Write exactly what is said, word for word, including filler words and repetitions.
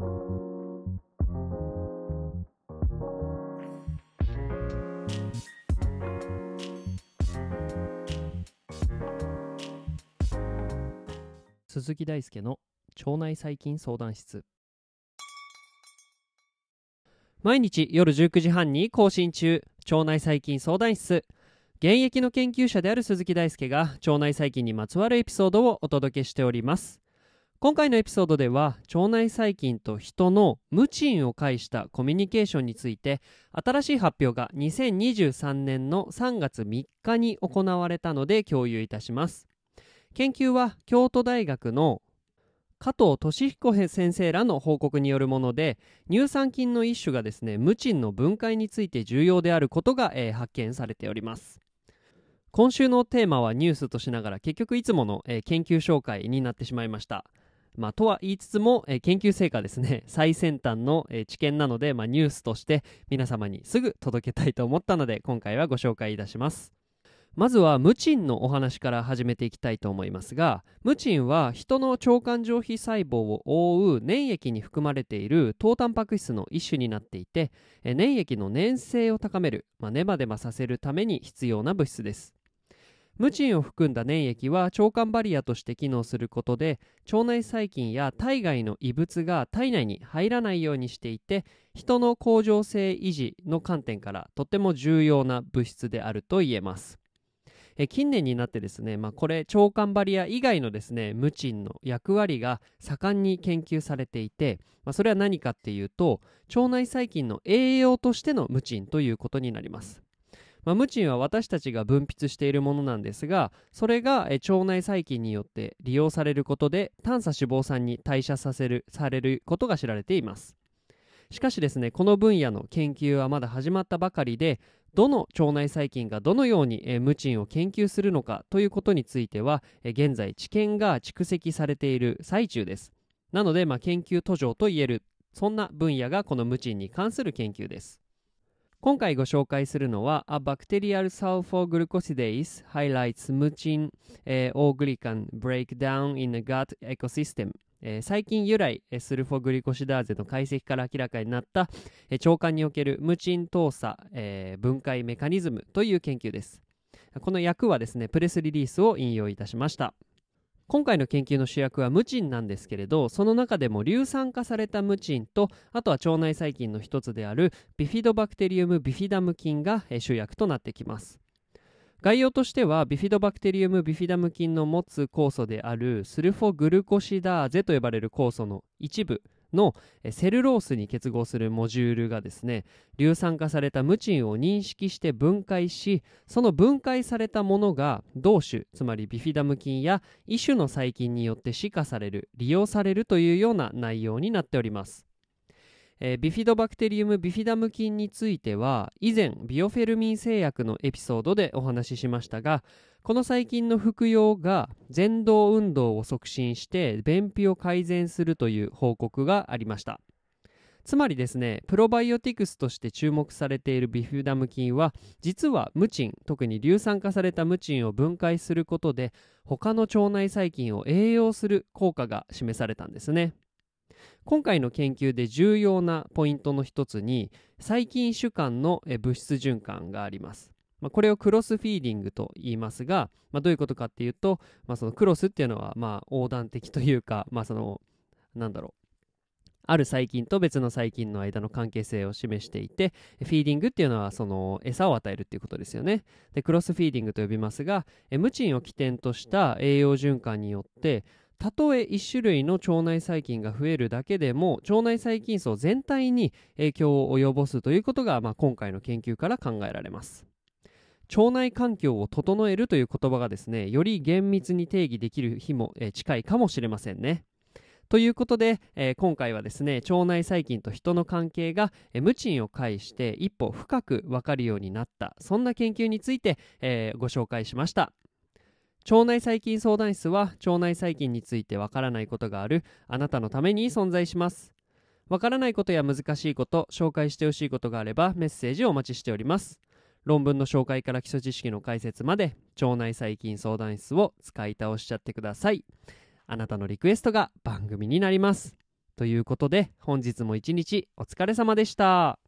鈴木大輔の腸内細菌相談室。毎日夜じゅうくじはんに更新中、腸内細菌相談室。現役の研究者である鈴木大輔が腸内細菌にまつわるエピソードをお届けしております。今回のエピソードでは、腸内細菌と人の無賃を介したコミュニケーションについて、新しい発表がにせんにじゅうさんねんのさんがつみっかに行われたので共有いたします。研究は京都大学の加藤俊彦先生らの報告によるもので、乳酸菌の一種がですね、無賃の分解について重要であることが、えー発見されております。今週のテーマはニュースとしながら、結局いつもの、えー研究紹介になってしまいました。まあ、とは言いつつも、えー研究成果ですね、最先端の、えー知見なので、まあ、ニュースとして皆様にすぐ届けたいと思ったので、今回はご紹介いたします。まずは無賃のお話から始めていきたいと思いますが、無賃は人の腸管上皮細胞を覆う粘液に含まれている糖タンパク質の一種になっていて、粘液の粘性を高める、まあ、ネバネバさせるために必要な物質です。無賃を含んだ粘液は腸管バリアとして機能することで、腸内細菌や体外の異物が体内に入らないようにしていて、人の恒常性維持の観点からとても重要な物質であると言えます。え近年になってですね、まあ、これ腸管バリア以外のですね、無賃の役割が盛んに研究されていて、まあ、それは何かっていうと、腸内細菌の栄養としての無賃ということになります。まあ、無賃は私たちが分泌しているものなんですが、それがえ腸内細菌によって利用されることで短鎖脂肪酸に代謝させるされることが知られています。しかしですね、この分野の研究はまだ始まったばかりで、どの腸内細菌がどのように、えー、無賃を研究するのかということについては、えー、現在知見が蓄積されている最中です。なので、まあ、研究途上といえる、そんな分野がこの無賃に関する研究です。今回ご紹介するのは A bacterial sulfoglucosidase highlights 無賃、えー、オーグリカン breakdown in a gut ecosystem、えー、細菌由来スルフォグリコシダーゼの解析から明らかになった、えー、腸管における無賃糖鎖、えー、分解メカニズムという研究です。この訳はですね、プレスリリースを引用いたしました。今回の研究の主役は無賃なんですけれど、その中でも硫酸化された無賃と、あとは腸内細菌の一つであるビフィドバクテリウムビフィダム菌が主役となってきます。概要としては、ビフィドバクテリウムビフィダム菌の持つ酵素であるスルフォグルコシダーゼと呼ばれる酵素の一部のセルロースに結合するモジュールがですね、硫酸化された無賃を認識して分解し、その分解されたものが同種、つまりビフィダム菌や異種の細菌によって飼化される、利用されるというような内容になっております。えー、ビフィドバクテリウムビフィダム菌については以前ビオフェルミン製薬のエピソードでお話ししましたが、この細菌の服用が蠕動運動を促進して便秘を改善するという報告がありました。つまりですね、プロバイオティクスとして注目されているビフィダム菌は実は無賃、特に硫酸化された無賃を分解することで他の腸内細菌を栄養する効果が示されたんですね。今回の研究で重要なポイントの一つに細菌種間の物質循環があります。まあ、これをクロスフィーディングと言いますが、まあ、どういうことかっていうと、まあ、そのクロスっていうのはまあ横断的というか、まあ、そのなんだろうある細菌と別の細菌の間の関係性を示していて、フィーディングっていうのはその餌を与えるっていうことですよね。で、クロスフィーディングと呼びますが、無賃を起点とした栄養循環によってたとえ一種類の腸内細菌が増えるだけでも腸内細菌層全体に影響を及ぼすということが、まあ、今回の研究から考えられます。腸内環境を整えるという言葉がですね、より厳密に定義できる日も、えー、近いかもしれませんね。ということで、えー、今回はですね、腸内細菌と人の関係が、えー、無賃を介して一歩深く分かるようになった、そんな研究について、えー、ご紹介しました。腸内細菌相談室は腸内細菌についてわからないことがあるあなたのために存在します。わからないことや難しいこと、紹介してほしいことがあればメッセージをお待ちしております。論文の紹介から基礎知識の解説まで腸内細菌相談室を使い倒しちゃってください。あなたのリクエストが番組になります。 ということで本日も一日お疲れ様でした。